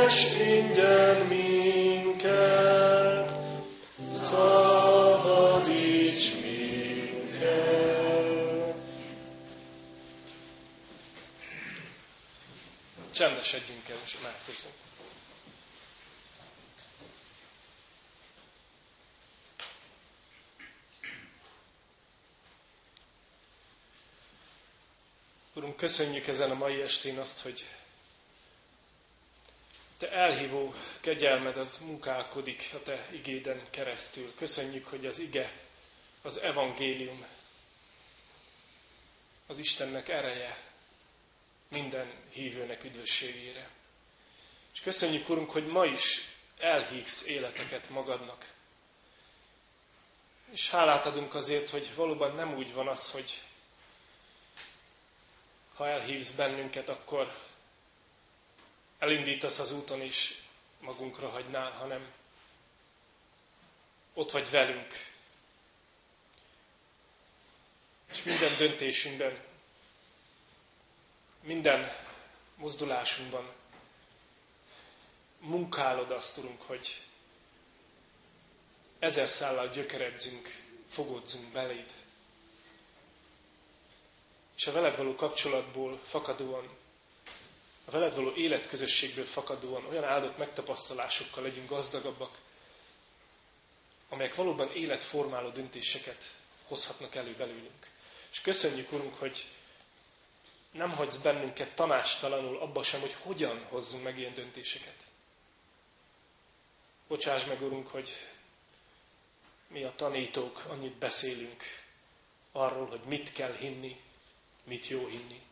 Ments ingyen minket, szabadíts minket. Csendesedjünk el, és imádkozzunk. Urunk, köszönjük ezen a mai estén azt, hogy Te elhívó kegyelmed az munkálkodik a Te igéden keresztül. Köszönjük, hogy az ige, az evangélium, az Istennek ereje minden hívőnek üdvösségére. És köszönjük, Urunk, hogy ma is elhívsz életeket magadnak. És hálát adunk azért, hogy valóban nem úgy van az, hogy ha elhívsz bennünket, akkor elindítasz az úton és magunkra hagynál, hanem ott vagy velünk. És minden döntésünkben, minden mozdulásunkban munkálod azt, Urunk, hogy 1000 szállal gyökeredzünk, fogódzunk beléd. És a veled való kapcsolatból fakadóan, a veled való életközösségből fakadóan olyan áldott megtapasztalásokkal legyünk gazdagabbak, amelyek valóban életformáló döntéseket hozhatnak elő belőlünk. És köszönjük, Urunk, hogy nem hagysz bennünket tanácstalanul abba sem, hogy hogyan hozzunk meg ilyen döntéseket. Bocsáss meg, Urunk, hogy mi a tanítók annyit beszélünk arról, hogy mit kell hinni, mit jó hinni.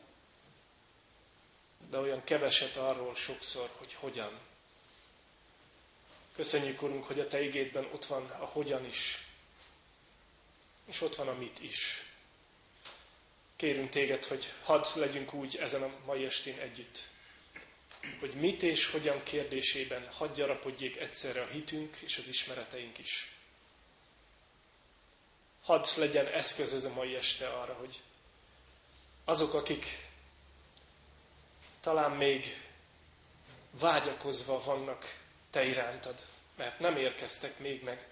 De olyan keveset arról sokszor, hogy hogyan. Köszönjük, Urunk, hogy a Te igédben ott van a hogyan is, és ott van a mit is. Kérünk Téged, hogy hadd legyünk úgy ezen a mai estén együtt, hogy mit és hogyan kérdésében hadd gyarapodjék egyszerre a hitünk és az ismereteink is. Hadd legyen eszköz ez a mai este arra, hogy azok, akik talán még vágyakozva vannak Te irántad, mert nem érkeztek még meg,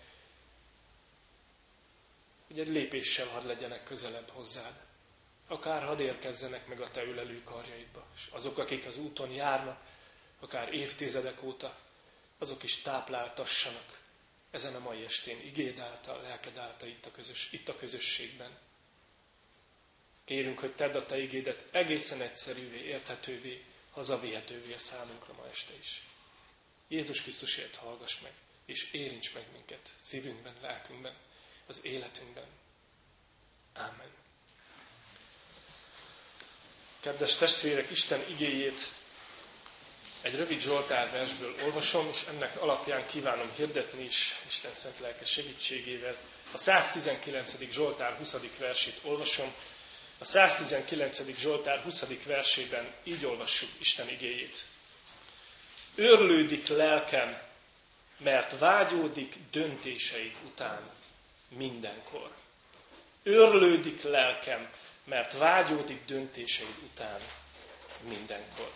hogy egy lépéssel hadd legyenek közelebb hozzád. Akár hadd érkezzenek meg a Te ölelő karjaidba. És azok, akik az úton járnak, akár évtizedek óta, azok is tápláltassanak ezen a mai estén, igéd által, lelked által itt a közösségben. Kérünk, hogy tedd a Te igédet egészen egyszerűvé, érthetővé, hazavihetővé a számunkra ma este is. Jézus Krisztusért hallgass meg, és érints meg minket szívünkben, lelkünkben, az életünkben. Ámen. Kedves testvérek, Isten igéjét egy rövid Zsoltár versből olvasom, és ennek alapján kívánom hirdetni is Isten szent lelke segítségével. A 119. Zsoltár 20. versét olvasom. A 119. Zsoltár 20. versében így olvassuk Isten igéjét. Őrlődik lelkem, mert vágyódik döntéseid után mindenkor. Őrlődik lelkem, mert vágyódik döntéseid után mindenkor.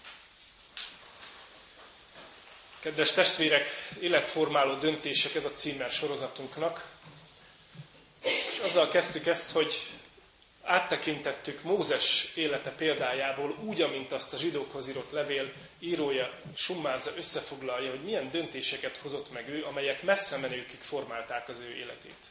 Kedves testvérek, életformáló döntések, ez a címe sorozatunknak. És azzal kezdtük ezt, hogy áttekintettük Mózes élete példájából úgy, amint azt a zsidókhoz írott levél írója summázza, összefoglalja, hogy milyen döntéseket hozott meg ő, amelyek messze menőkig formálták az ő életét.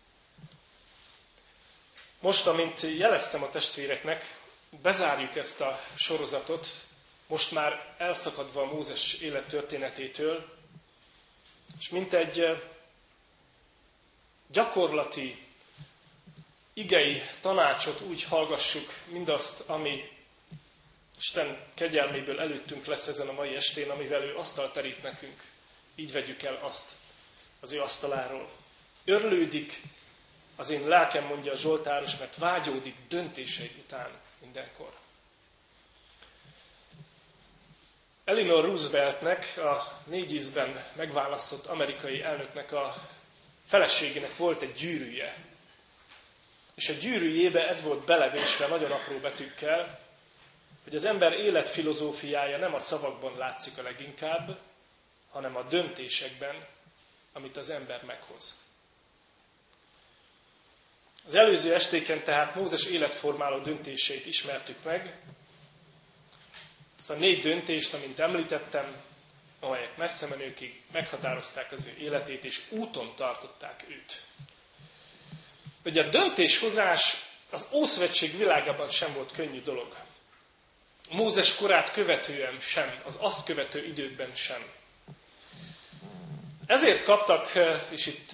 Most, amint jeleztem a testvéreknek, bezárjuk ezt a sorozatot, most már elszakadva a Mózes élettörténetétől, és mint egy gyakorlati igei tanácsot úgy hallgassuk mindazt, ami Isten kegyelméből előttünk lesz ezen a mai estén, amivel ő asztalt terít nekünk. Így vegyük el azt az ő asztaláról. Örlődik az én lelkem, mondja a Zsoltáros, mert vágyódik döntéseid után mindenkor. Eleanor Rooseveltnek, a 4 ízben megválasztott amerikai elnöknek a feleségének volt egy gyűrűje. És a gyűrűjébe ez volt belevésve nagyon apró betűkkel, hogy az ember életfilozófiája nem a szavakban látszik a leginkább, hanem a döntésekben, amit az ember meghoz. Az előző estéken tehát Mózes életformáló döntéseit ismertük meg. Azt a 4 döntést, amint említettem, amelyek messze menőkig meghatározták az ő életét, és úton tartották őt. Ugye a döntéshozás az Ószövetség világában sem volt könnyű dolog. Mózes korát követően sem, az azt követő időkben sem. Ezért kaptak, és itt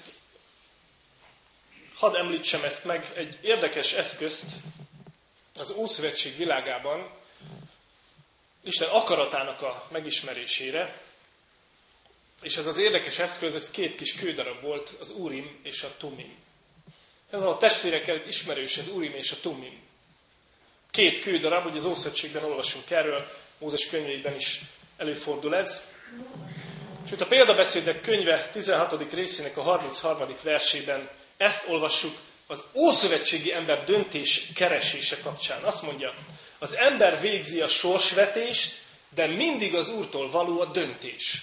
hadd említsem ezt meg, egy érdekes eszközt az Ószövetség világában, Isten akaratának a megismerésére, és ez az érdekes eszköz, ez 2 kis kődarab volt, az Urim és a Tumim. Ez a testvérek előtt ismerős, az Urim és a Tumim. 2 kődarab, ugye az Ószövetségben olvasunk erről, Mózes könyveiben is előfordul ez. Sőt, a Példabeszédek könyve 16. részének a 33. versében ezt olvassuk az ószövetségi ember döntés keresése kapcsán. Azt mondja, az ember végzi a sorsvetést, de mindig az Úrtól való a döntés.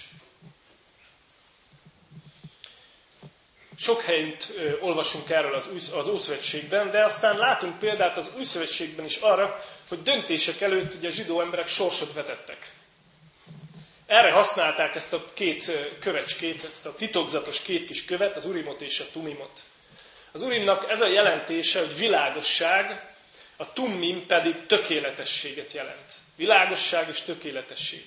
Sok helyütt olvasunk erről az Ószövetségben, de aztán látunk példát az Újszövetségben is arra, hogy döntések előtt ugye a zsidó emberek sorsot vetettek. Erre használták ezt a 2 kövecskét, ezt a titokzatos 2 kis követ, az Urimot és a Tumimot. Az Urimnak ez a jelentése, hogy világosság, a Tumim pedig tökéletességet jelent. Világosság és tökéletesség.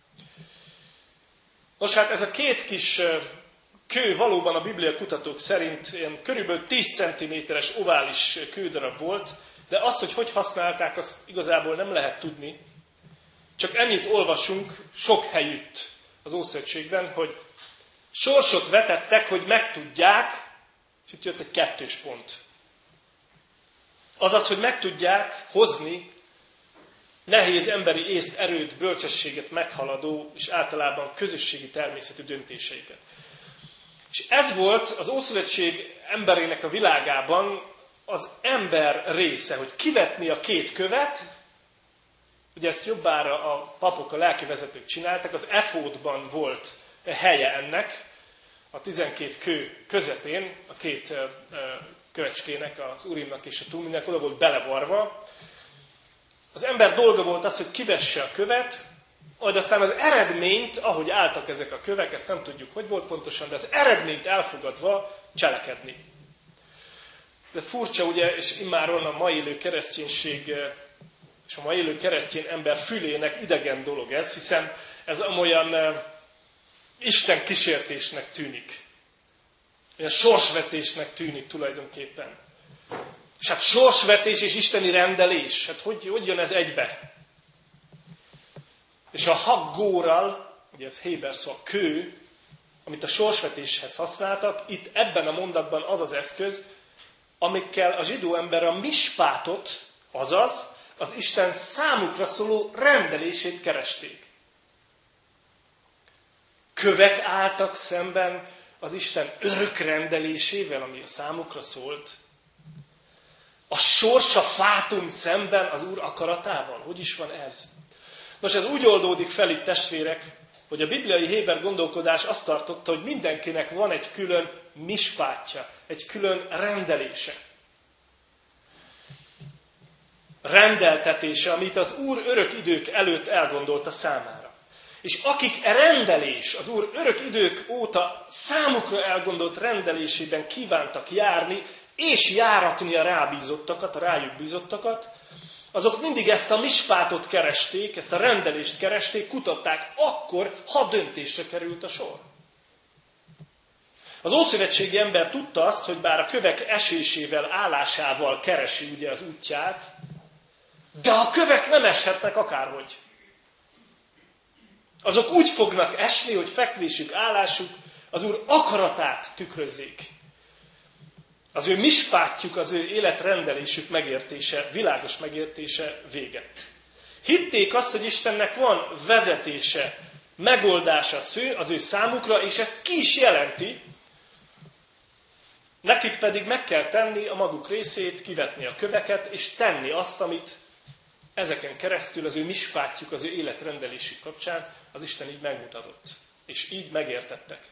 Nos hát ez a 2 kis kő valóban a Biblia kutatók szerint ilyen körülbelül 10 cm-es ovális kődarab volt, de azt, hogy használták, azt igazából nem lehet tudni. Csak ennyit olvasunk sok helyütt az Ószövetségben, hogy sorsot vetettek, hogy megtudják, és itt jött egy 2. pont. Azaz, hogy meg tudják hozni nehéz emberi észt, erőt, bölcsességet meghaladó és általában közösségi természetű döntéseiket. És ez volt az Ószövetség emberének a világában az ember része, hogy kivetni a 2 követ, ugye ezt jobbára a papok, a lelkivezetők csináltak, az efódban volt helye ennek, a 12 kő közepén, a 2 kövecskének, az Urimnak és a Tumimnek oda volt belevarva. Az ember dolga volt az, hogy kivesse a követ, majd aztán az eredményt, ahogy álltak ezek a kövek, ezt nem tudjuk, hogy volt pontosan, de az eredményt elfogadva cselekedni. De furcsa ugye, és immáron a mai élő kereszténység és a mai élő keresztény ember fülének idegen dolog ez, hiszen ez amolyan Isten kísértésnek tűnik. Olyan sorsvetésnek tűnik tulajdonképpen. És hát sorsvetés és isteni rendelés, hát hogy jön ez egybe? És a haggórral, ugye ez héber szó, a kő, amit a sorsvetéshez használtak, itt ebben a mondatban az az eszköz, amikkel a zsidó ember a mispátot, azaz az Isten számukra szóló rendelését keresték. Kövek álltak szemben az Isten örök rendelésével, ami a számukra szólt. A sorsa fátum szemben az Úr akaratával. Hogy is van ez? Nos, ez úgy oldódik fel itt, testvérek, hogy a bibliai héber gondolkodás azt tartotta, hogy mindenkinek van egy külön mispátja, egy külön rendelése. Rendeltetése, amit az Úr örök idők előtt elgondolta számára. És akik rendelés, az Úr örök idők óta számukra elgondolt rendelésében kívántak járni, és járatni a rábízottakat, a rájuk bízottakat, azok mindig ezt a mispátot keresték, ezt a rendelést keresték, kutatták akkor, ha döntésre került a sor. Az ószövetségi ember tudta azt, hogy bár a kövek esésével, állásával keresi ugye az útját, de a kövek nem eshetnek akárhogy. Azok úgy fognak esni, hogy fekvésük, állásuk az Úr akaratát tükrözzék. Az ő mispátjuk, az ő életrendelésük megértése, világos megértése véget. Hitték azt, hogy Istennek van vezetése, megoldása az ő számukra, és ezt ki is jelenti, nekik pedig meg kell tenni a maguk részét, kivetni a köveket, és tenni azt, amit ezeken keresztül az ő mispátjuk, az ő életrendelésük kapcsán az Isten így megmutatott. És így megértettek.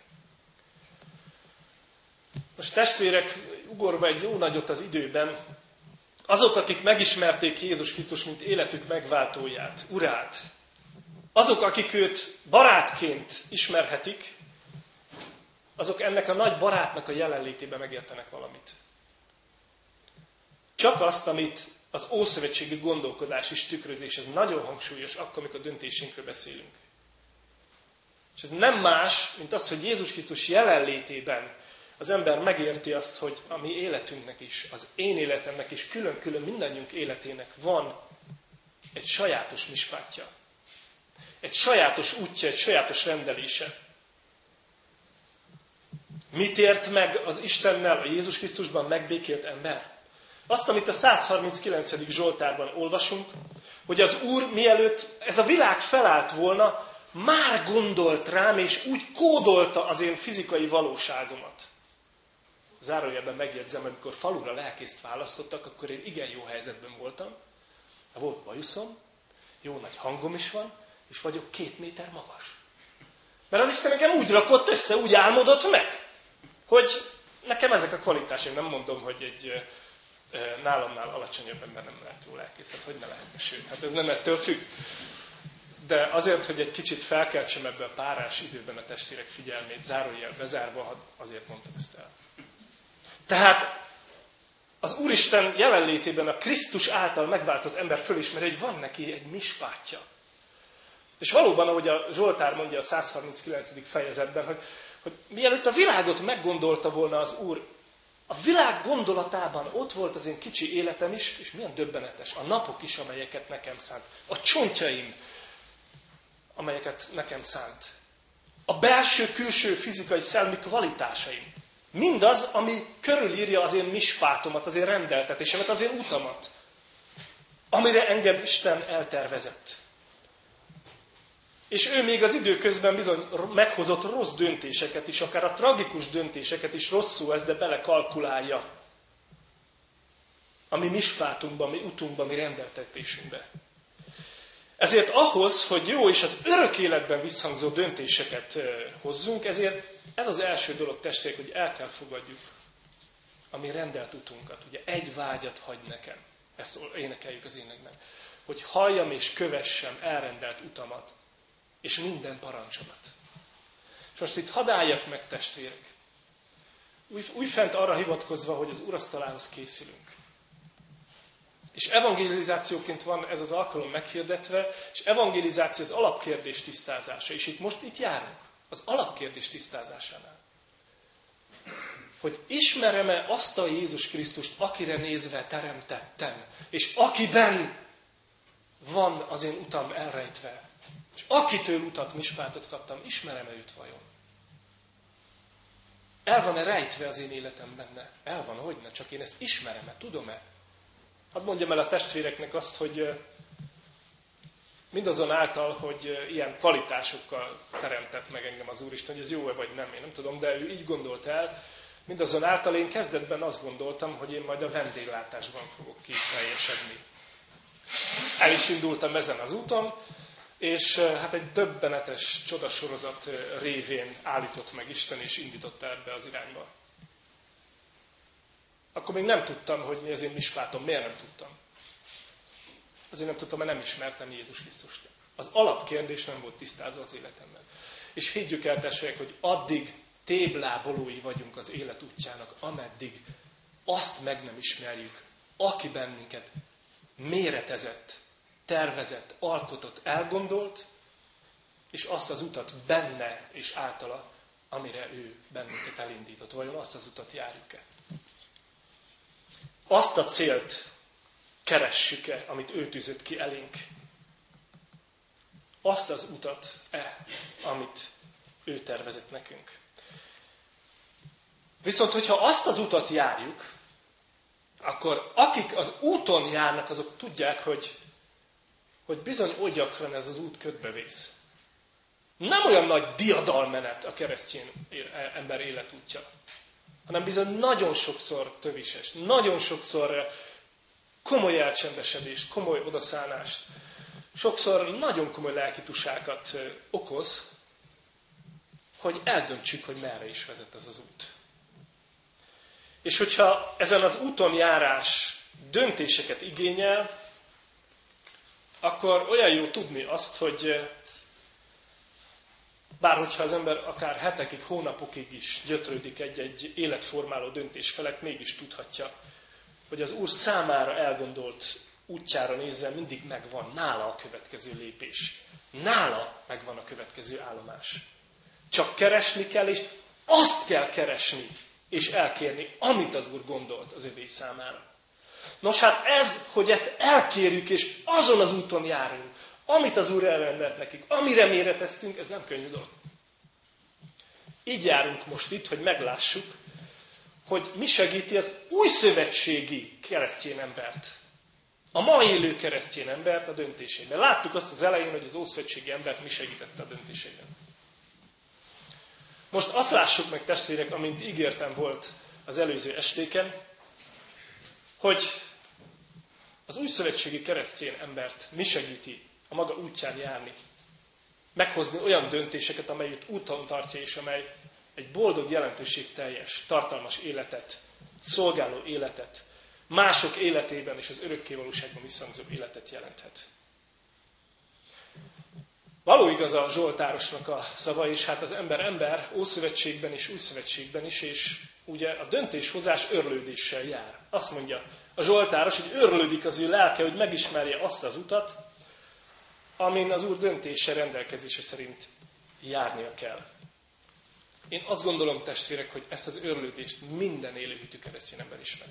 Most testvérek, ugorva egy jó nagyot az időben, azok, akik megismerték Jézus Krisztus, mint életük megváltóját, urát, azok, akik őt barátként ismerhetik, azok ennek a nagy barátnak a jelenlétében megértenek valamit. Csak azt, amit az ószövetségi gondolkodás is tükröz, és ez nagyon hangsúlyos akkor, amikor döntésünkről beszélünk. És ez nem más, mint az, hogy Jézus Krisztus jelenlétében az ember megérti azt, hogy a mi életünknek is, az én életemnek is, külön-külön mindannyiunk életének van egy sajátos mispátja. Egy sajátos útja, egy sajátos rendelése. Mit ért meg az Istennel, a Jézus Krisztusban megbékélt ember? Azt, amit a 139. Zsoltárban olvasunk, hogy az Úr mielőtt ez a világ felállt volna, már gondolt rám, és úgy kódolta az én fizikai valóságomat. Zárójelben megjegyzem, amikor falura lelkészt választottak, akkor én igen jó helyzetben voltam. Volt bajuszom, jó nagy hangom is van, és vagyok 2 méter magas. Mert az Isten nekem úgy rakott össze, úgy álmodott meg, hogy nekem ezek a kvalitásaim, nem mondom, hogy egy nálamnál alacsonyabb ember nem lehet jó lelkészet, hogy ne lehetne, sőt, hát ez nem ettől függ. De azért, hogy egy kicsit felkeltsem ebbe a párás időben a testvérek figyelmét, zárójel bezárva, azért mondtam ezt el. Tehát az Úristen jelenlétében a Krisztus által megváltott ember fölismeri, hogy van neki egy mispátja. És valóban, ahogy a Zsoltár mondja a 139. fejezetben, hogy mielőtt a világot meggondolta volna az Úr, a világ gondolatában ott volt az én kicsi életem is, és milyen döbbenetes, a napok is, amelyeket nekem szánt, a csontjaim, amelyeket nekem szánt, a belső-külső fizikai szellemi kvalitásaim, mindaz, ami körülírja az én mispátomat, az én rendeltetésemet, az én utamat, amire engem Isten eltervezett. És ő még az időközben bizony meghozott rossz döntéseket is, akár a tragikus döntéseket is rosszul ez, de belekalkulálja a mi mispátunkba, a mi utunkba, a mi rendeltetésünkbe. Ezért ahhoz, hogy jó és az örök életben visszhangzó döntéseket hozzunk, ezért ez az első dolog, testvérek, hogy el kell fogadjuk a mi rendelt utunkat. Ugye egy vágyat hagy nekem, ezt énekeljük az énekben, hogy halljam és kövessem elrendelt utamat, és minden parancsomat. És most itt hadd álljak meg, testvérek, újfent arra hivatkozva, hogy az urasztalához készülünk. És evangelizációként van ez az alkalom meghirdetve, és evangelizáció az alapkérdés tisztázása. És itt járunk, az alapkérdés tisztázásánál. Hogy ismerem-e azt a Jézus Krisztust, akire nézve teremtettem, és akiben van az én utam elrejtve, és akitől utat, mispátot kaptam, ismerem-e őt vajon? El van-e rejtve az én életem benne? El van, hogyne, csak én ezt ismerem-e, tudom-e? Hadd mondjam el a testvéreknek azt, hogy mindazonáltal, hogy ilyen kvalitásokkal teremtett meg engem az Úristen, hogy ez jó-e vagy nem, én nem tudom, de ő így gondolt el, mindazonáltal én kezdetben azt gondoltam, hogy én majd a vendéglátásban fogok kiteljesedni. El is indultam ezen az úton, és hát egy döbbenetes csodasorozat révén állított meg Isten, és indította ebbe az irányba. Akkor még nem tudtam, hogy mi az én mispátom. Miért nem tudtam? Azért nem tudtam, mert nem ismertem Jézus Krisztust. Az alapkérdés nem volt tisztázva az életemben. És higgyük el, testvérek, hogy addig téblábolói vagyunk az élet útjának, ameddig azt meg nem ismerjük, aki bennünket méretezett, tervezett, alkotott, elgondolt, és azt az utat benne és általa, amire ő bennünket elindított. Vajon azt az utat járjuk-e? Azt a célt keressük-e, amit ő tűzött ki elénk? Azt az utat-e, amit ő tervezett nekünk? Viszont, hogyha azt az utat járjuk, akkor akik az úton járnak, azok tudják, hogy bizony oly gyakran ez az út ködbevész. Nem olyan nagy diadalmenet a keresztény ember életútja, hanem bizony nagyon sokszor tövises, nagyon sokszor komoly elcsendesedést, komoly odaszánást, sokszor nagyon komoly lelki tusákat okoz, hogy eldöntsük, hogy merre is vezet ez az út. És hogyha ezen az úton járás döntéseket igényel, akkor olyan jó tudni azt, hogy bár hogyha az ember akár hetekig, hónapokig is gyötrődik egy életformáló döntés felett, mégis tudhatja, hogy az Úr számára elgondolt útjára nézve mindig megvan nála a következő lépés. Nála megvan a következő állomás. Csak keresni kell, és azt kell keresni, és elkérni, amit az Úr gondolt az övé számára. Nos hát ez, hogy ezt elkérjük, és azon az úton járunk, amit az Úr elrendelt nekik, amire méreteztünk, ez nem könnyű dolog. Így járunk most itt, hogy meglássuk, hogy mi segíti az újszövetségi keresztény embert, a ma élő keresztény embert a döntésében. Láttuk azt az elején, hogy az ószövetségi embert mi segítette a döntésében. Most azt lássuk meg, testvérek, amint ígértem volt az előző estéken, hogy az újszövetségi keresztény embert mi segíti a maga útján járni. Meghozni olyan döntéseket, amelyet úton tartja, és amely egy boldog, jelentőségteljes, tartalmas életet, szolgáló életet, mások életében és az örökkévalóságban visszhangzó életet jelenthet. Való igaz a Zsoltárosnak a szava, és hát az ember Ószövetségben és Újszövetségben is, és ugye a döntéshozás örlődéssel jár. Azt mondja a Zsoltáros, hogy örlődik az ő lelke, hogy megismerje azt az utat, amin az Úr döntése, rendelkezése szerint járnia kell. Én azt gondolom, testvérek, hogy ezt az örlődést minden élőhitű keresztény ember ismeri.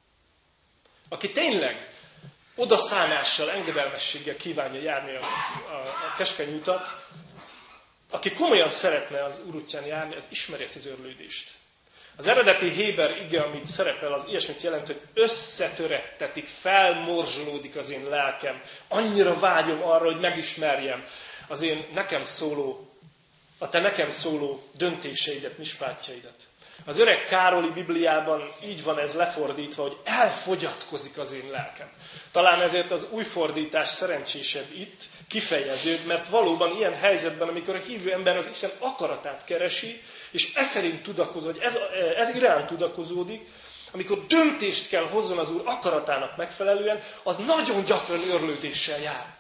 Aki tényleg odaszánással, engedelmességgel kívánja járni a keskeny utat, aki komolyan szeretne az Úr útján járni, az ismeri ezt az örlődést. Az eredeti héber ige, amit szerepel, az ilyesmit jelent, hogy összetörettetik, felmorzsolódik az én lelkem. Annyira vágyom arra, hogy megismerjem az én a te nekem szóló döntéseidet, mispátjaidat. Az öreg Károli Bibliában így van ez lefordítva, hogy elfogyatkozik az én lelkem. Talán ezért az új fordítás szerencsésebb itt, kifejezőbb, mert valóban ilyen helyzetben, amikor a hívő ember az Isten akaratát keresi, és ez szerint tudakozódik, ez iránt tudakozódik, amikor döntést kell hozzon az Úr akaratának megfelelően, az nagyon gyakran örlődéssel jár.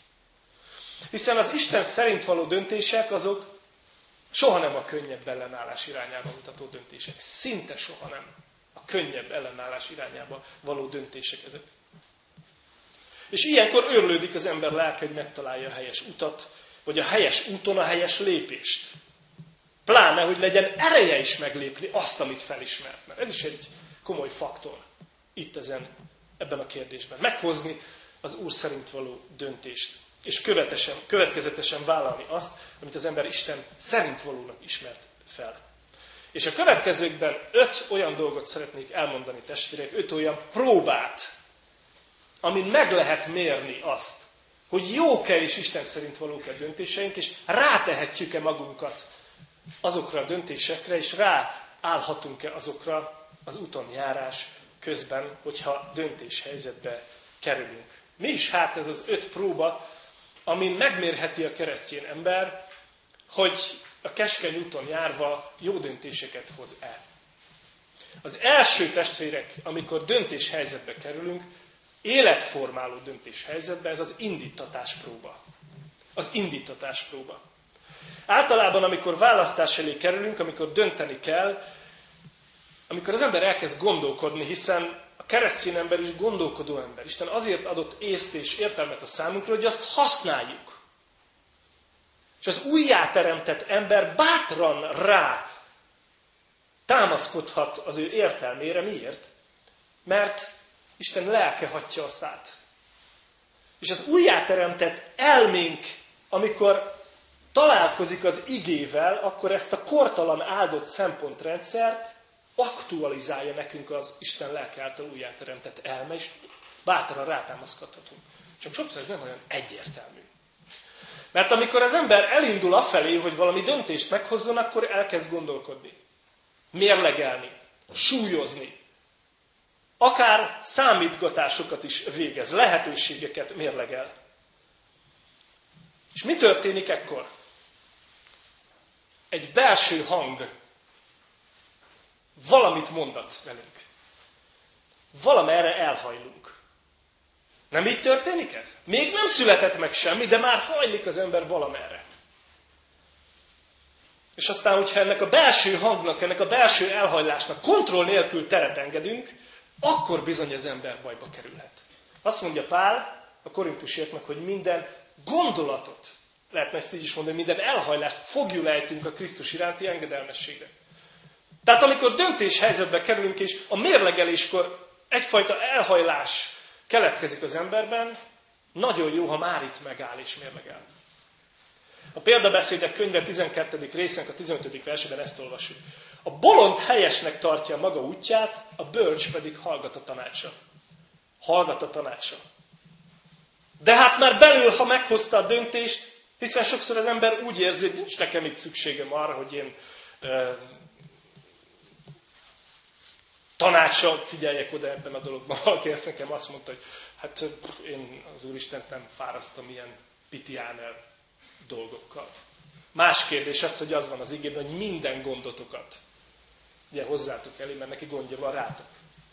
Hiszen az Isten szerint való döntések azok soha nem a könnyebb ellenállás irányába mutató döntések. Szinte soha nem a könnyebb ellenállás irányába való döntések ezek. És ilyenkor őrlődik az ember lelke, hogy megtalálja a helyes utat, vagy a helyes úton a helyes lépést. Pláne, hogy legyen ereje is meglépni azt, amit felismert. Mert ez is egy komoly faktor itt ebben a kérdésben. Meghozni az Úr szerint való döntést. És következetesen vállalni azt, amit az ember Isten szerint valónak ismert fel. És a következőkben 5 olyan dolgot szeretnék elmondani, testvérek, 5 olyan próbát, amin meg lehet mérni azt, hogy jók-e és Isten szerint valók-e döntéseink, és rátehetjük-e magunkat azokra a döntésekre, és ráállhatunk-e azokra az úton járás közben, hogyha döntéshelyzetbe kerülünk. Mi is hát ez az 5 próba, amin megmérheti a keresztény ember, hogy a keskeny úton járva jó döntéseket hoz-e. Az első, testvérek, amikor döntéshelyzetbe kerülünk, életformáló döntéshelyzetbe, ez az indítatás próba. Az indítatás próba. Általában, amikor választás elé kerülünk, amikor dönteni kell, amikor az ember elkezd gondolkodni, hiszen a keresztény ember is gondolkodó ember. Isten azért adott észt és értelmet a számunkra, hogy azt használjuk. És az újjáteremtett ember bátran rá támaszkodhat az ő értelmére. Miért? Mert Isten lelke hatja azt át. És az újjáteremtett elménk, amikor találkozik az igével, akkor ezt a kortalan áldott szempontrendszert aktualizálja nekünk az Isten lelke által újjáteremtett elme, és bátran rátámaszkodhatunk. Csak sokszor ez nem olyan egyértelmű. Mert amikor az ember elindul afelé, hogy valami döntést meghozzon, akkor elkezd gondolkodni. Mérlegelni. Súlyozni. akár számítgatásokat is végez, lehetőségeket mérlegel. És mi történik ekkor? Egy belső hang valamit mondat velünk. Valamerre elhajlunk. Nem így történik ez? Még nem született meg semmi, de már hajlik az ember valamerre. És aztán, hogyha ennek a belső hangnak, ennek a belső elhajlásnak kontroll nélkül teret engedünk, akkor bizony az ember bajba kerülhet. Azt mondja Pál a korintusiaknak, hogy minden gondolatot, lehetne ezt így is mondani, minden elhajlást fogjulejtünk a Krisztus iránti engedelmességre. Tehát amikor döntéshelyzetbe kerülünk, és a mérlegeléskor egyfajta elhajlás keletkezik az emberben, nagyon jó, ha már itt megáll és mérlegel. A példabeszédek könyve 12. részének a 15. versében ezt olvassuk. A bolond helyesnek tartja maga útját, a bölcs pedig hallgat a tanácsra. Hallgat a tanácsra. De hát már belül, ha meghozta a döntést, hiszen sokszor az ember úgy érzi, hogy nincs nekem itt szükségem arra, hogy én tanácsra figyeljek oda ebben a dologban. Valaki ezt nekem azt mondta, hogy hát én az Úristent nem fárasztom ilyen pitiáner dolgokkal. Más kérdés az, hogy az van az igében, hogy minden gondotokat ugye hozzátok elé, mert neki gondja van rátok.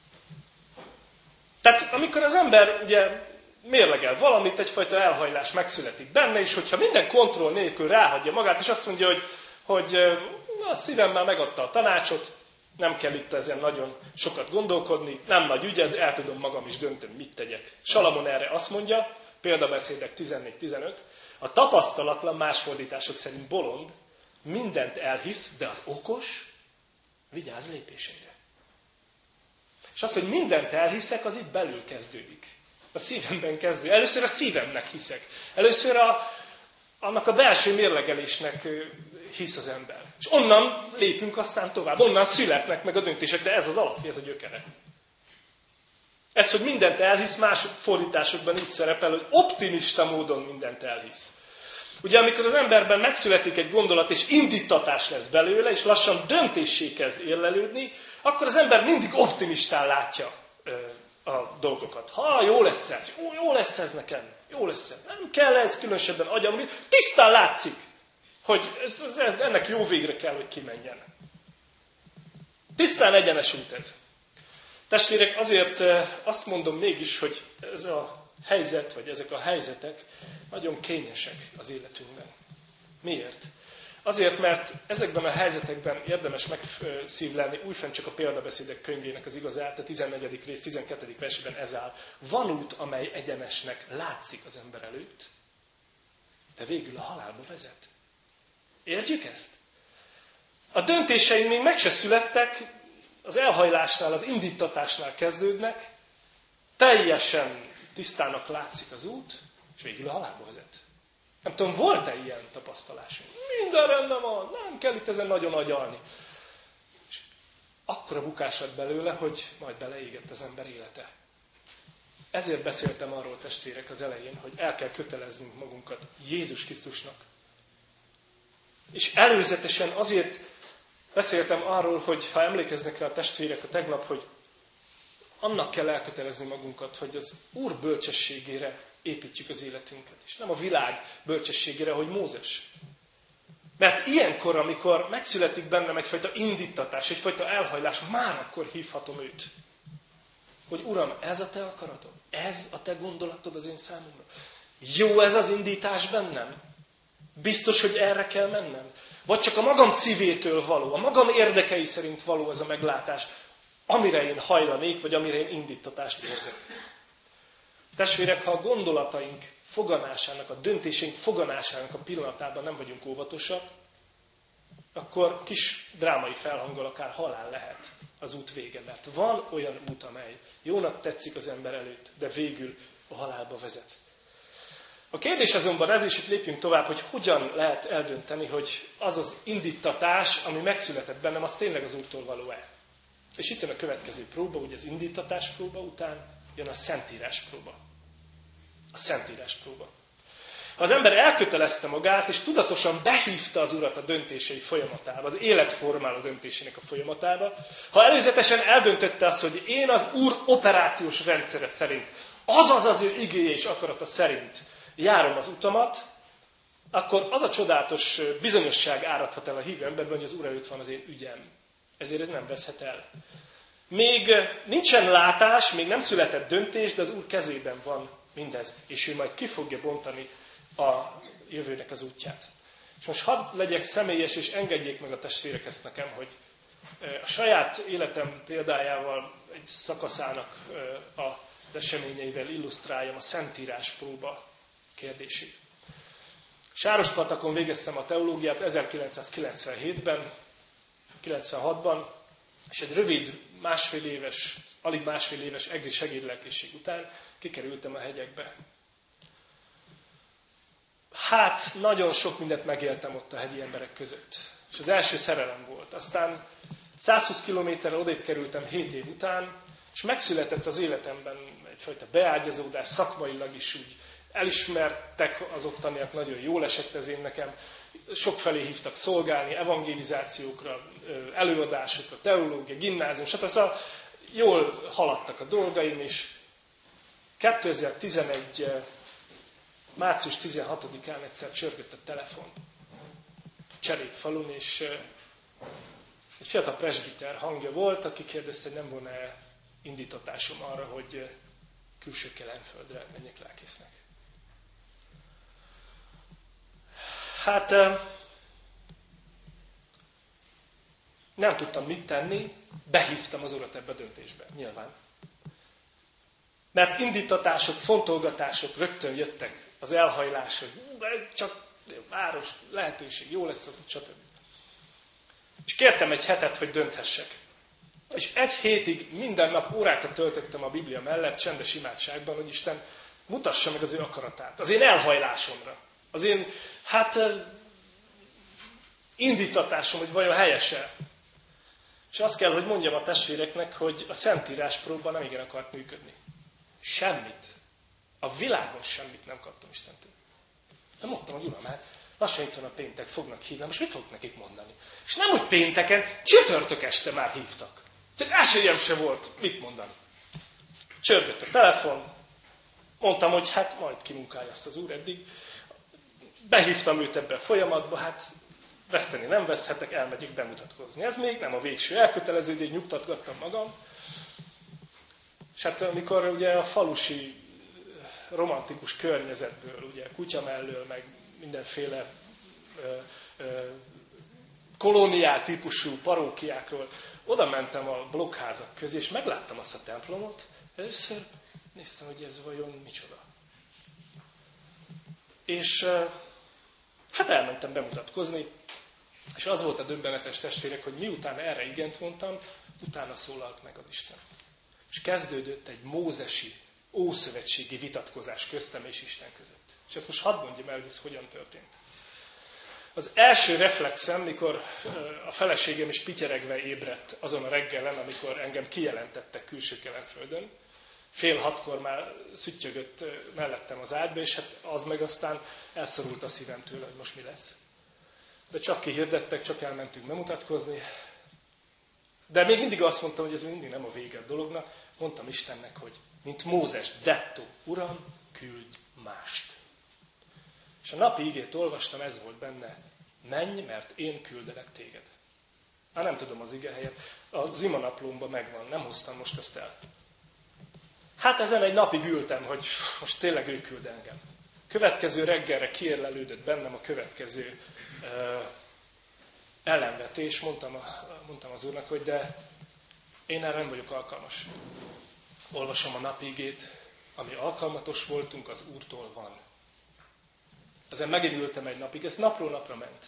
Tehát amikor az ember ugye mérlegel valamit, egyfajta elhajlás megszületik benne, és hogyha minden kontroll nélkül ráhagyja magát, és azt mondja, hogy a szívem már megadta a tanácsot, nem kell itt ezen nagyon sokat gondolkodni, nem nagy ügy, ez el tudom magam is dönteni, mit tegyek. Salamon erre azt mondja, példabeszédek 14-15, a tapasztalatlan, más fordítások szerint bolond, mindent elhisz, de az okos vigyáz lépéseire. És az, hogy mindent elhiszek, az itt belül kezdődik. A szívemben kezdődik. Először a szívemnek hiszek. Először annak a belső mérlegelésnek hisz az ember. És onnan lépünk aztán tovább. Onnan születnek meg a döntések, de ez az alapja, ez a gyökere. Ez, hogy mindent elhisz, más fordításokban így szerepel, hogy optimista módon mindent elhisz. Ugye, amikor az emberben megszületik egy gondolat, és indítatás lesz belőle, és lassan döntéssé kezd érlelődni, akkor az ember mindig optimistán látja a dolgokat. Ha, jó lesz ez, jó lesz ez nekem, jó lesz ez. Nem kell ez különösebben agyam, tisztán látszik, hogy ennek jó végre kell, hogy kimenjen. Tisztán egyenes út ez. Testvérek, azért azt mondom mégis, hogy ez a helyzet, vagy ezek a helyzetek nagyon kényesek az életünkben. Miért? Azért, mert ezekben a helyzetekben érdemes megszívlelni újfent csak a példabeszédek könyvének az igazát, a 14. rész 12. versében ez áll. Van út, amely egyenesnek látszik az ember előtt, de végül a halálba vezet. Értjük ezt? A döntéseink még meg se születtek, az elhajlásnál, az indítatásnál kezdődnek, teljesen tisztának látszik az út, és végül a halálba vezet. Nem tudom, volt-e ilyen tapasztalásunk? Minden rendben van, nem kell itt ezen nagyon agyalni. És akkora bukás lett belőle, hogy majd beleégett az ember élete. Ezért beszéltem arról, testvérek, az elején, hogy el kell köteleznünk magunkat Jézus Krisztusnak. És előzetesen azért beszéltem arról, hogy ha emlékeznek rá a testvérek a tegnap, hogy annak kell elkötelezni magunkat, hogy az Úr bölcsességére építjük az életünket, és nem a világ bölcsességére, hogy Mózes. Mert ilyenkor, amikor megszületik bennem egyfajta indítatás, egyfajta elhajlás, már akkor hívhatom őt. Hogy Uram, ez a te akaratod? Ez a te gondolatod az én számomra? Jó ez az indítás bennem? Biztos, hogy erre kell mennem? Vagy csak a magam szívétől való, a magam érdekei szerint való ez a meglátás, amire én hajlanék, vagy amire én indítatást érzek. Testvérek, ha a gondolataink foganásának, a döntéseink foganásának a pillanatában nem vagyunk óvatosak, akkor kis drámai felhanggal akár halál lehet az út vége. Mert van olyan út, amely jónak tetszik az ember előtt, de végül a halálba vezet. A kérdés azonban ez, és itt lépjünk tovább, hogy hogyan lehet eldönteni, hogy az az indítatás, ami megszületett bennem, az tényleg az Úrtól való-e. És itt jön a következő próba, ugye az indítatás próba után jön a Szentírás próba. A Szentírás próba. Ha az ember elkötelezte magát, és tudatosan behívta az Urat a döntései folyamatába, az életformáló döntésének a folyamatába, ha előzetesen eldöntötte azt, hogy én az Úr operációs rendszere szerint, azaz az ő igéje és akarata szerint járom az utamat, akkor az a csodálatos bizonyosság áradhat el a hívő emberben, hogy az Úr előtt van az én ügyem. Ezért ez nem veszhet el. Még nincsen látás, még nem született döntés, de az Úr kezében van mindez, és ő majd ki fogja bontani a jövőnek az útját. És most hadd legyek személyes, és engedjék meg a testvérek ezt nekem, hogy a saját életem példájával, egy szakaszának az eseményeivel illusztráljam a Szentírás próba kérdését. Sárospatakon végeztem a teológiát 1997-ben, 96-ban, és egy rövid, alig másfél éves egri segédlelkészség után kikerültem a hegyekbe. Hát, nagyon sok mindent megéltem ott a hegyi emberek között. És az első szerelem volt. Aztán 120 kilométerre odébb kerültem 7 év után, és megszületett az életemben egyfajta beágyazódás, szakmailag is úgy elismertek az ottaniak, nagyon jól esett ez én nekem. Sokfelé hívtak szolgálni, evangelizációkra, előadásokra, teológia, gimnázium, stb. Szóval jól haladtak a dolgaim, és 2011. március 16-án egyszer csörgött a telefon Cserépfalun, és egy fiatal presbiter hangja volt, aki kérdezte, hogy nem volna indítatásom arra, hogy külső Kelenföldre menjek lelkésznek. Hát nem tudtam mit tenni, behívtam az Urat ebbe a döntésbe, nyilván. Mert indítatások, fontolgatások rögtön jöttek, az elhajlás, hogy csak város, lehetőség, jó lesz az út, stb. És kértem egy hetet, hogy dönthessek. És egy hétig minden nap órákat töltöttem a Biblia mellett, csendes imádságban, hogy Isten mutassa meg az ő akaratát, az én elhajlásomra, az én, indítatásom, hogy vajon helyes-e. És azt kell, hogy mondjam a testvéreknek, hogy a Szentírás próba nem igen akart működni. Semmit. A világon semmit nem kaptam Istentől. Nem mondtam, hogy Uram, hát lassan itt van a péntek, fognak hívni, most mit fogok nekik mondani? És nem úgy pénteken, csütörtök este már hívtak. Tehát esélyem se volt, mit mondani. Csörgött a telefon, mondtam, hogy hát majd kimunkálja azt az Úr eddig. Behívtam őt ebbe a folyamatba, hát veszteni nem veszthetek, elmegyek bemutatkozni. Ez még nem a végső elköteleződés, nyugtatgattam magam. És hát amikor ugye a falusi romantikus környezetből, ugye kutya mellől, meg mindenféle kolóniál típusú parókiákról, oda mentem a blokkházak közé, és megláttam azt a templomot. Először néztem, hogy ez vajon micsoda. És hát elmentem bemutatkozni, és az volt a döbbenetes testvérek, hogy miután erre igent mondtam, utána szólalt meg az Isten. És kezdődött egy mózesi, ószövetségi vitatkozás köztem és Isten között. És ezt most hadd mondjam el, hogy ez hogyan történt. Az első reflexem, mikor a feleségem is pityeregve ébredt azon a reggelen, amikor engem kijelentettek külső Kelenföldön, 5:30 már szüttyögött mellettem az ágyba, és hát az meg aztán elszorult a szívem tőle, hogy most mi lesz. De csak kihirdettek, csak elmentünk bemutatkozni. De még mindig azt mondtam, hogy ez még mindig nem a vége a dolognak. Mondtam Istennek, hogy mint Mózes, dettó, Uram, küldj mást. És a napi igét olvastam, ez volt benne, menj, mert én küldelek téged. Hát nem tudom az ige helyet, az imanaplómban megvan, nem hoztam most ezt el. Hát ezen egy napig ültem, hogy most tényleg ő küld engem. Következő reggelre kiérlelődött bennem a következő ellenvetés, mondtam az Úrnak, hogy de én erre nem vagyok alkalmas. Olvasom a napi igét, ami alkalmatos voltunk, az Úrtól van. Ezen megint ültem egy napig, ez napról napra ment.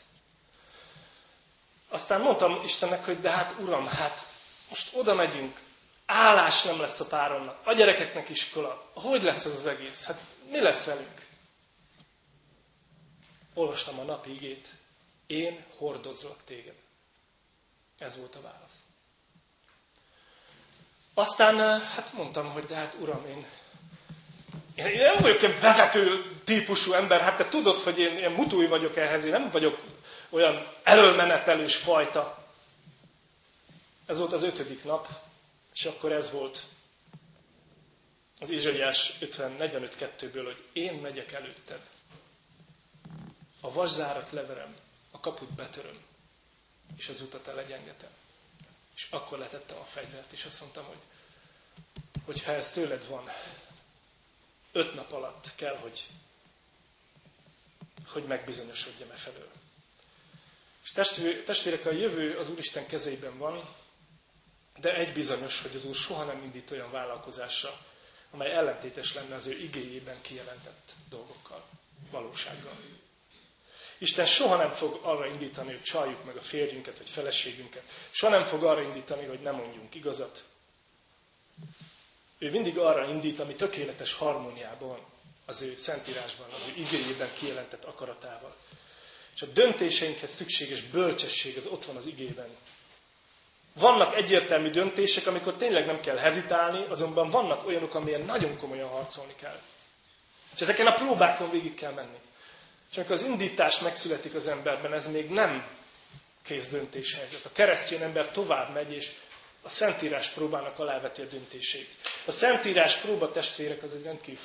Aztán mondtam Istennek, hogy de hát Uram, hát most oda megyünk, állás nem lesz a páromnak, a gyerekeknek iskola, hogy lesz ez az egész? Hát mi lesz velünk? Olvastam a napi igét, én hordozlak téged. Ez volt a válasz. Aztán hát mondtam, hogy de hát Uram, Én nem vagyok ilyen vezető típusú ember, hát te tudod, hogy én ilyen mutúj vagyok ehhez, én nem vagyok olyan elölmenetelős fajta. Ez volt az 5. nap, és akkor ez volt az Ézsaiás 45:2-ből, hogy én megyek előtted. A vaszárat leverem, a kaput betöröm, és az utat elegyengetem. És akkor letettem a fegyvert, és azt mondtam, hogy ha ez tőled van, 5 nap alatt kell, hogy megbizonyosodjam e felől. És testvérek, a jövő az Úristen kezeiben van, de egy bizonyos, hogy az Úr soha nem indít olyan vállalkozásra, amely ellentétes lenne az ő igéjében kijelentett dolgokkal, valósággal. Isten soha nem fog arra indítani, hogy csaljuk meg a férjünket, vagy feleségünket. Soha nem fog arra indítani, hogy ne mondjunk igazat. Ő mindig arra indít, ami tökéletes harmóniában az ő szentírásban, az ő igéjében kijelentett akaratával. És a döntéseinkhez szükséges bölcsesség az ott van az igében. Vannak egyértelmű döntések, amikor tényleg nem kell hezitálni, azonban vannak olyanok, amilyen nagyon komolyan harcolni kell. És ezeken a próbákon végig kell menni. És amikor az indítás megszületik az emberben, ez még nem kész döntéshelyzet. A keresztény ember tovább megy, és a Szentírás próbának aláveti a döntését. A Szentírás próba, testvérek, az egy rendkívül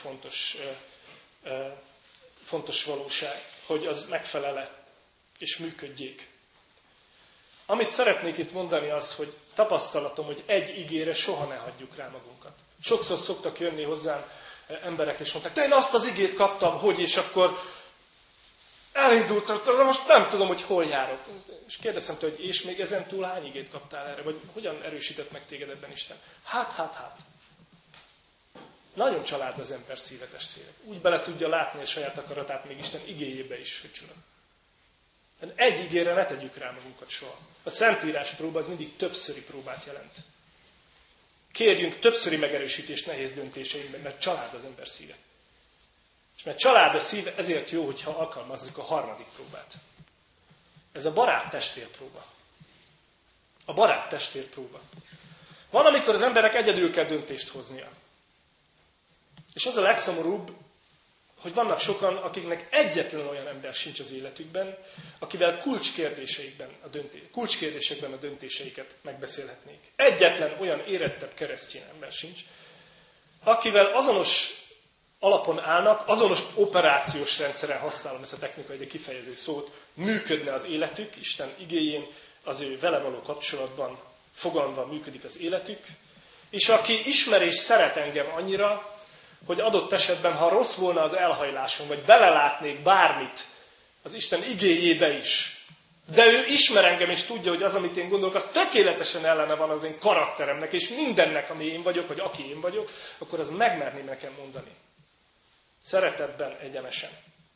fontos valóság, hogy az megfelele és működjék. Amit szeretnék itt mondani az, hogy tapasztalatom, hogy egy igére soha ne hagyjuk rá magunkat. Sokszor szoktak jönni hozzám emberek, és mondták, de én azt az igét kaptam, hogy, és akkor elindultam, de most nem tudom, hogy hol járok. És kérdeztem tőle, hogy és még ezen túl hány igét kaptál erre, vagy hogyan erősített meg téged ebben Isten? Hát. Nagyon család az ember szíve, testvérek. Úgy bele tudja látni a saját akaratát még Isten igéjébe is, hogy csinál. Egy igére ne tegyük rá magunkat soha. A Szentírás próba az mindig többszöri próbát jelent. Kérjünk többszöri megerősítést nehéz döntéseinkben, mert család az ember szíve. És mert család a szíve, ezért jó, hogyha alkalmazzuk a 3. próbát. Ez a barát-testvér próba. A barát-testvér próba. Van, amikor az embernek egyedül kell döntést hoznia. És az a legszomorúbb, hogy vannak sokan, akiknek egyetlen olyan ember sincs az életükben, akivel kulcskérdésekben a döntéseiket megbeszélhetnék. Egyetlen olyan érettebb keresztény ember sincs, akivel azonos alapon állnak, azonos operációs rendszeren, használom ezt a technikai, de kifejező szót, működne az életük, Isten igéjén, az ő vele való kapcsolatban fogalmazva működik az életük, és aki ismer és szeret engem annyira, hogy adott esetben, ha rossz volna az elhajlásom, vagy belelátnék bármit az Isten igéjébe is, de ő ismer engem, és tudja, hogy az, amit én gondolok, az tökéletesen ellene van az én karakteremnek, és mindennek, ami én vagyok, vagy aki én vagyok, akkor az megmerné nekem mondani. Szeretetben, egyenesen.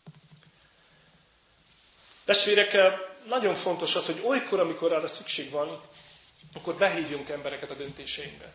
Testvérek, nagyon fontos az, hogy olykor, amikor arra szükség van, akkor behívjunk embereket a döntéseinkbe.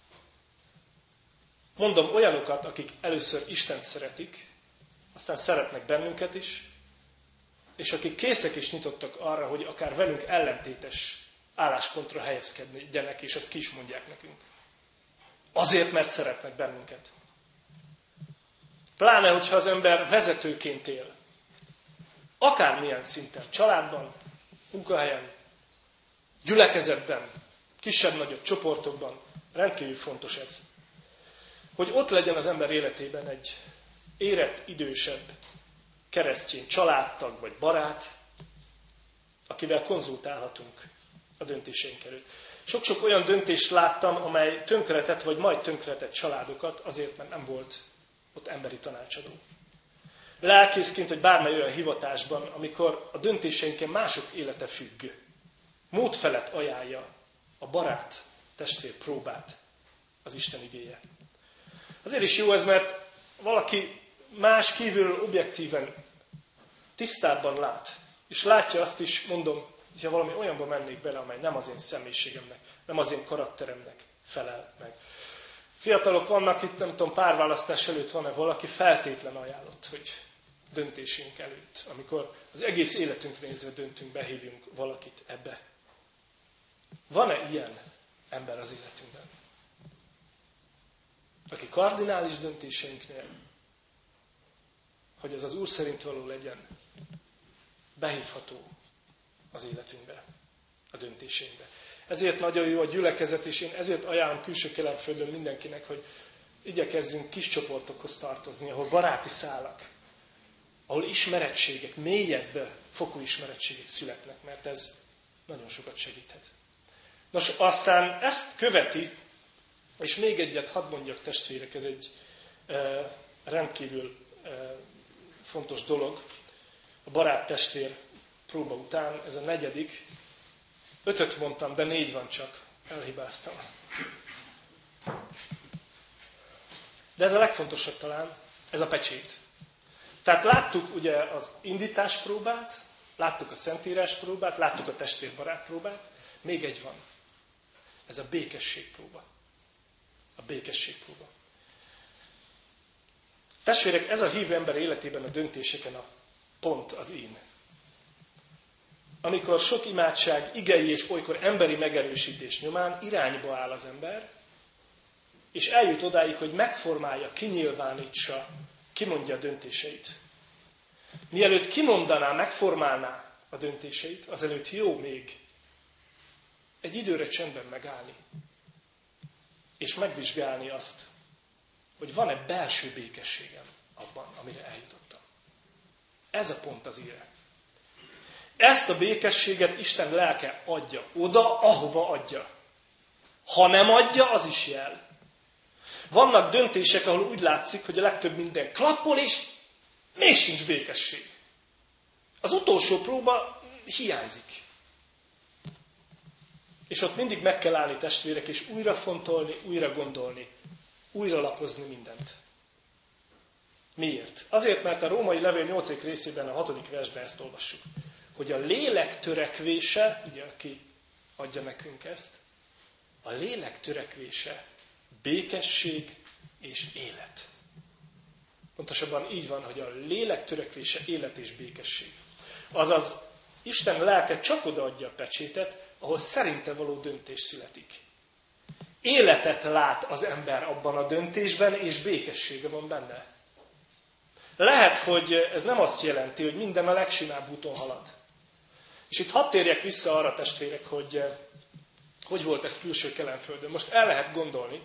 Mondom olyanokat, akik először Istent szeretik, aztán szeretnek bennünket is, és akik készek és nyitottak arra, hogy akár velünk ellentétes álláspontra helyezkedjenek, és ezt ki is mondják nekünk. Azért, mert szeretnek bennünket. Pláne, hogyha az ember vezetőként él. Akármilyen szinten, családban, munkahelyen, gyülekezetben, kisebb-nagyobb csoportokban, rendkívül fontos ez. Hogy ott legyen az ember életében egy érett, idősebb keresztény családtag vagy barát, akivel konzultálhatunk a döntéseink előtt. Sok-sok olyan döntést láttam, amely tönkretett vagy majd tönkretett családokat, azért, mert nem volt ott emberi tanácsadó. Lelkészként, vagy bármely olyan hivatásban, amikor a döntéseinken mások élete függ, mód felett ajánlja a barát testvér próbát az Isten igéje. Azért is jó ez, mert valaki más kívülről objektíven tisztábban lát. És látja azt is, mondom, hogyha valami olyanba mennék bele, amely nem az én személyiségemnek, nem az én karakteremnek felel meg. Fiatalok vannak itt, nem tudom, párválasztás előtt van-e valaki feltétlen ajánlott, hogy döntésünk előtt, amikor az egész életünkre nézve döntünk, behívjunk valakit ebbe. Van-e ilyen ember az életünkben? Aki kardinális döntéseinknél hogy ez az Úr szerint való legyen, behívható az életünkbe, a döntéseinkbe. Ezért nagyon jó a gyülekezet, és én ezért ajánlom külső Kelenföldön mindenkinek, hogy igyekezzünk kis csoportokhoz tartozni, ahol baráti szálak, ahol ismerettségek, mélyebb fokú ismerettségek születnek, mert ez nagyon sokat segíthet. Nos, aztán ezt követi, és még egyet hadd mondjak, testvérek, ez egy rendkívül fontos dolog. A barát-testvér próba után, ez a 4. 5 mondtam, de 4 van csak. Elhibáztam. De ez a legfontosabb talán, ez a pecsét. Tehát láttuk ugye az indítás próbát, láttuk a szentírás próbát, láttuk a testvérbarát próbát, még egy van. Ez a békesség próba. A békesség próba. Testvérek, ez a hívő ember életében a döntéseken a pont az én. Amikor sok imádság, igei és olykor emberi megerősítés nyomán irányba áll az ember, és eljut odáig, hogy megformálja, kinyilvánítsa, kimondja a döntéseit. Mielőtt kimondaná, megformálná a döntéseit, azelőtt jó még egy időre csendben megállni, és megvizsgálni azt, hogy van-e belső békességem abban, amire eljutottam. Ez a pont az íre. Ezt a békességet Isten lelke adja oda, ahova adja. Ha nem adja, az is jel. Vannak döntések, ahol úgy látszik, hogy a legtöbb minden klappol, és még sincs békesség. Az utolsó próba hiányzik. És ott mindig meg kell állni, testvérek, és újra fontolni, újra gondolni, újra lapozni mindent. Miért? Azért, mert a római levél 8. részében, a 6. versben ezt olvassuk. Hogy a lélek törekvése, ugye aki adja nekünk ezt, a lélek törekvése békesség és élet. Pontosabban így van, hogy a lélek törekvése élet és békesség. Azaz, Isten lelke csak odaadja a pecsétet, ahol szerinte való döntés születik. Életet lát az ember abban a döntésben, és békessége van benne. Lehet, hogy ez nem azt jelenti, hogy minden a legsimább úton halad. És itt hadd térjek vissza arra, testvérek, hogy volt ez külső Kelenföldön. Most el lehet gondolni,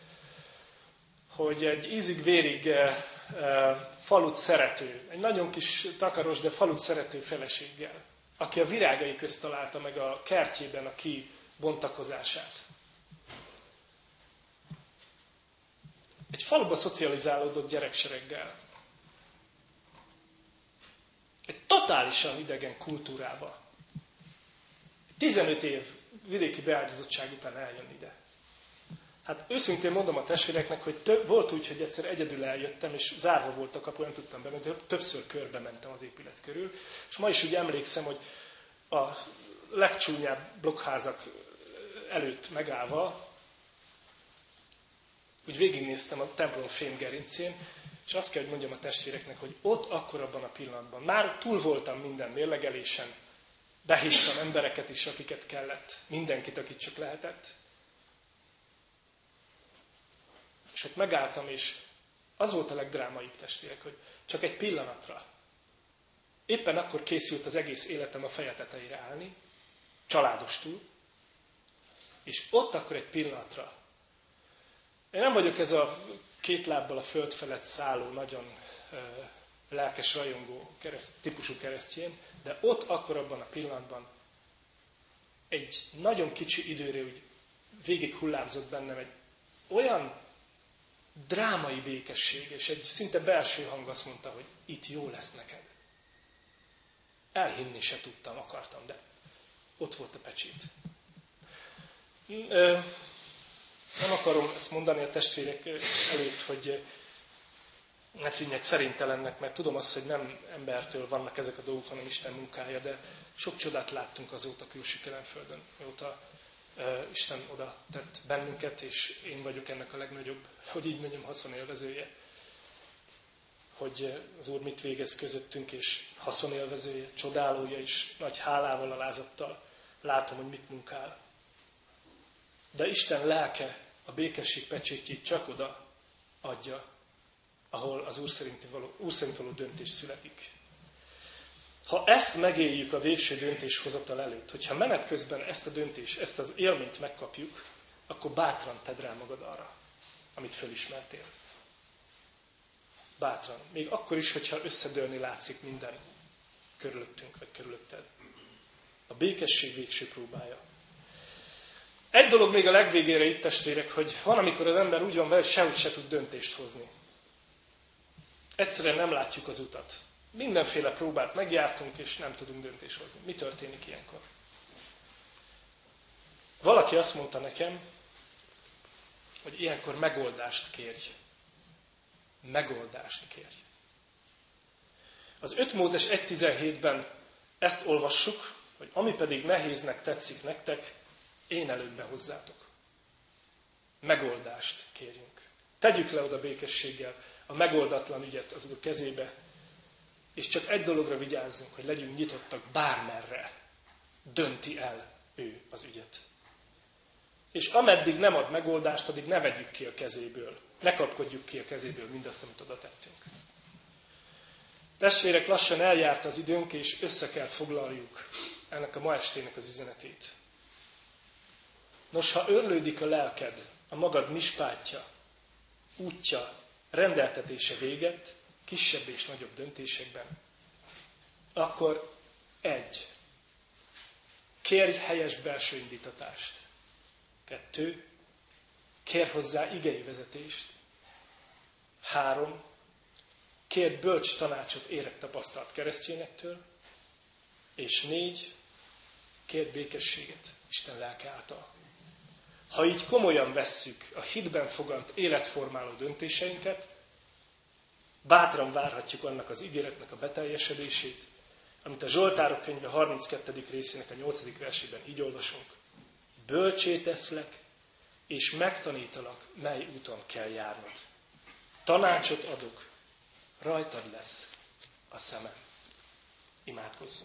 hogy egy ízig-vérig falut szerető, egy nagyon kis takaros, de falut szerető feleséggel, aki a virágai közt találta meg a kertjében a kibontakozását. Egy faluba szocializálódott gyereksereggel. Egy totálisan idegen kultúrába. 15 év vidéki beágyazottság után eljön ide. Hát őszintén mondom a testvéreknek, hogy volt úgy, hogy egyszer egyedül eljöttem, és zárva volt a kapu, nem tudtam bemenni, többször körbe mentem az épület körül, és ma is úgy emlékszem, hogy a legcsúnyább blokkházak előtt megállva, úgy végignéztem a templom fémgerincén, és azt kell, hogy mondjam a testvéreknek, hogy ott akkor abban a pillanatban, már túl voltam minden mérlegelésen, behívtam embereket is, akiket kellett, mindenkit, akit csak lehetett. És ott megálltam, és az volt a legdrámaibb, testvérek, hogy csak egy pillanatra. Éppen akkor készült az egész életem a feje tetejére állni, családostul, és ott akkor egy pillanatra. Én nem vagyok ez a két lábbal a föld felett szálló, nagyon lelkes, rajongó típusú keresztjén, de ott akkor abban a pillanatban egy nagyon kicsi időre úgy végig hullámzott bennem egy olyan drámai békesség, és egy szinte belső hang azt mondta, hogy itt jó lesz neked. Elhinni se tudtam, akartam, de ott volt a pecsét. Nem akarom ezt mondani a testvérek előtt, hogy ne tűnjek szerintelennek, mert tudom azt, hogy nem embertől vannak ezek a dolgok, hanem Isten munkája, de sok csodát láttunk azóta külső Kelenföldön, mióta Isten oda tett bennünket, és én vagyok ennek a legnagyobb, hogy így mondjam, haszonélvezője. Hogy az Úr mit végez közöttünk, és haszonélvezője, csodálója is, nagy hálával, alázattal látom, hogy mit munkál. De Isten lelke a békesség pecsétjét csak oda adja, ahol az Úr szerint való döntés születik. Ha ezt megéljük a végső döntéshozatal előtt, hogyha menet közben ezt a döntést, ezt az élményt megkapjuk, akkor bátran tedd rá magad arra, amit fölismertél. Bátran. Még akkor is, hogyha összedőlni látszik minden körülöttünk, vagy körülötted. A békesség végső próbája. Egy dolog még a legvégére itt, testvérek, hogy van, amikor az ember úgy van vele, hogy sehogy se tud döntést hozni. Egyszerűen nem látjuk az utat. Mindenféle próbát megjártunk, és nem tudunk döntést hozni. Mi történik ilyenkor? Valaki azt mondta nekem, hogy ilyenkor megoldást kérj. Megoldást kérj. Az 5 Mózes 1.17-ben ezt olvassuk, hogy ami pedig nehéznek tetszik nektek, én előbbre hozzátok. Megoldást kérjünk. Tegyük le oda békességgel a megoldatlan ügyet az Úr kezébe, és csak egy dologra vigyázzunk, hogy legyünk nyitottak bármerre. Dönti el ő az ügyet. És ameddig nem ad megoldást, addig ne vegyük ki a kezéből. Ne kapkodjuk ki a kezéből mindazt, amit oda tettünk. Testvérek, lassan eljárt az időnk, és össze kell foglaljuk ennek a ma estének az üzenetét. Nos, ha örlődik a lelked, a magad mispátja, útja, rendeltetése véget, kisebb és nagyobb döntésekben, akkor 1. Kérj helyes belső indítatást. 2. Kérj hozzá igei vezetést. 3. Kérj bölcs tanácsot érett tapasztalt keresztényektől. És 4. Kérj békességet Isten lelke által. Ha így komolyan vesszük a hitben fogant életformáló döntéseinket, bátran várhatjuk annak az ígéretnek a beteljesedését, amit a Zsoltárok könyve 32. részének a 8. versében így olvasunk. Bölcsé teszlek, és megtanítalak, mely úton kell járnod. Tanácsot adok, rajtad lesz a szemem. Imádkozzunk.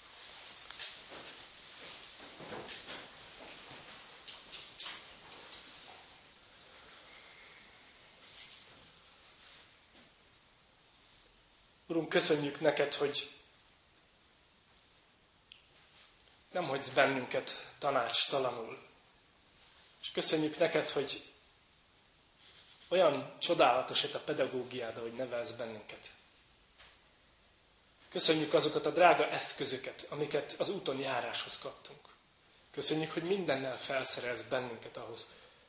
Urunk, köszönjük neked, hogy nem hagysz bennünket tanácstalanul. És köszönjük neked, hogy olyan csodálatos a pedagógiád, ahogy nevelsz bennünket. Köszönjük azokat a drága eszközöket, amiket az úton járáshoz kaptunk. Köszönjük, hogy mindennel felszerelsz bennünket ahhoz,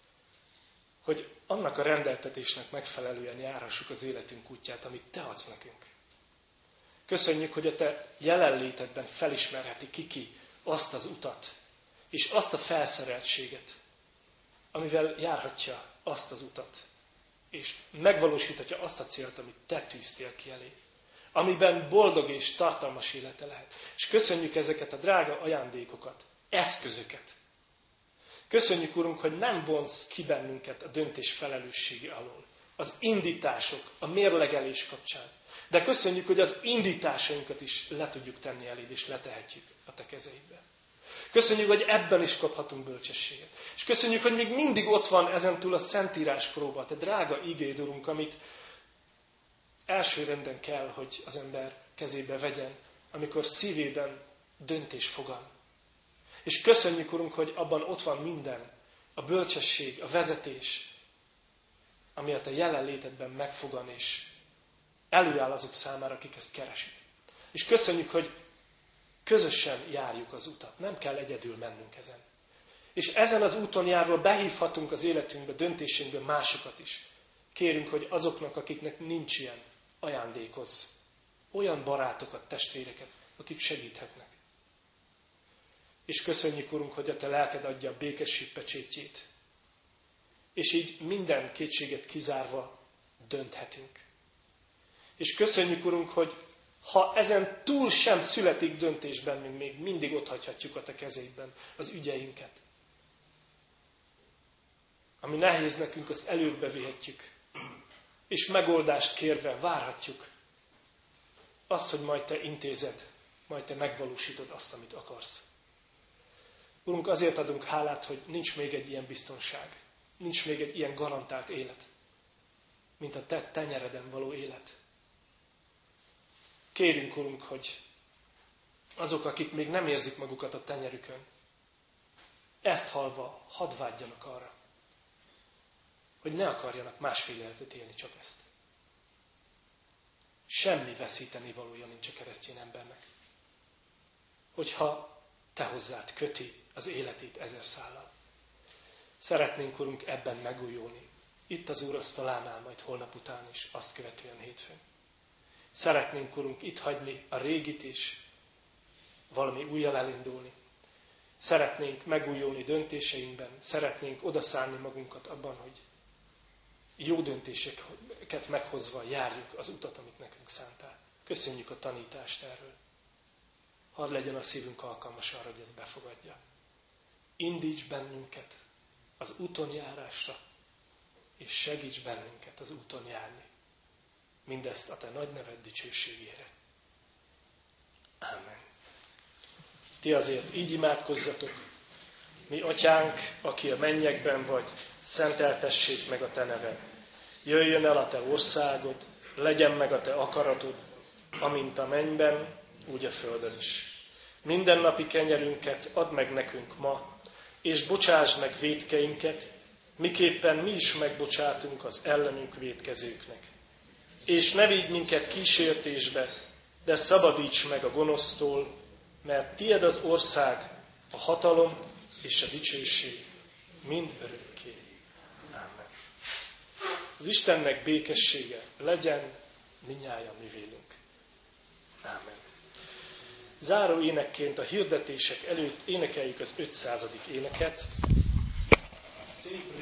hogy annak a rendeltetésnek megfelelően járhassuk az életünk útját, amit te adsz nekünk. Köszönjük, hogy a te jelenlétedben felismerheti ki azt az utat, és azt a felszereltséget, amivel járhatja azt az utat, és megvalósíthatja azt a célt, amit te tűztél ki elé, amiben boldog és tartalmas élete lehet. És köszönjük ezeket a drága ajándékokat, eszközöket. Köszönjük, Urunk, hogy nem vonsz ki bennünket a döntés felelőssége alól. Az indítások, a mérlegelés kapcsán. De köszönjük, hogy az indításainkat is le tudjuk tenni eléd, és letehetjük a te kezeidbe. Köszönjük, hogy ebben is kaphatunk bölcsességet. És köszönjük, hogy még mindig ott van ezentúl a Szentírás próba, a te drága igéd, Urunk, amit elsőrenden kell, hogy az ember kezébe vegyen, amikor szívében döntés fogan. És köszönjük, Urunk, hogy abban ott van minden, a bölcsesség, a vezetés, ami a te jelenlétedben megfogan, és előáll azok számára, akik ezt keresik. És köszönjük, hogy közösen járjuk az utat. Nem kell egyedül mennünk ezen. És ezen az úton járva behívhatunk az életünkbe, döntésünkbe másokat is. Kérünk, hogy azoknak, akiknek nincs ilyen, ajándékozz olyan barátokat, testvéreket, akik segíthetnek. És köszönjük, Urunk, hogy a te lelked adja a békesség pecsétjét. És így minden kétséget kizárva dönthetünk. És köszönjük, Urunk, hogy ha ezen túl sem születik döntés bennünk, még mindig otthagyhatjuk a te kezédben az ügyeinket. Ami nehéz nekünk, azt előbbre vihetjük. És megoldást kérve várhatjuk azt, hogy majd te intézed, majd te megvalósítod azt, amit akarsz. Urunk, azért adunk hálát, hogy nincs még egy ilyen biztonság. Nincs még egy ilyen garantált élet. mint a te tenyereden való élet. Kérünk, Urunk, hogy azok, akik még nem érzik magukat a tenyerükön, ezt hallva hadd vágyjanak arra, hogy ne akarjanak másféle életet élni, csak ezt. Semmi veszíteni valója nincs a keresztény embernek, hogyha te hozzád köti az életét 1000 szállal. Szeretnénk, Urunk, ebben megújulni. Itt az úrasztalánál, majd holnap után is, azt követően hétfőn. Szeretnénk, Urunk, itt hagyni a régit és valami újjal elindulni. Szeretnénk megújulni döntéseinkben, szeretnénk odaszállni magunkat abban, hogy jó döntéseket meghozva járjuk az utat, amit nekünk szántál. Köszönjük a tanítást erről. Hadd legyen a szívünk alkalmas arra, hogy ezt befogadja. Indíts bennünket az úton járásra, és segíts bennünket az úton járni. Mindezt a te nagy neved dicsőségére. Ámen. Ti azért így imádkozzatok: mi atyánk, aki a mennyekben vagy, szenteltessék meg a te neved. Jöjjön el a te országod, legyen meg a te akaratod, amint a mennyben, úgy a földön is. Mindennapi kenyerünket add meg nekünk ma, és bocsásd meg vétkeinket, miképpen mi is megbocsátunk az ellenünk vétkezőknek. És ne vigy minket kísértésbe, de szabadíts meg a gonosztól, mert tied az ország, a hatalom és a dicsőség mind örökké. Ámen. Az Istennek békessége legyen mindnyájan mi vélünk. Ámen. Záró énekként a hirdetések előtt énekeljük az 500. éneket. Szép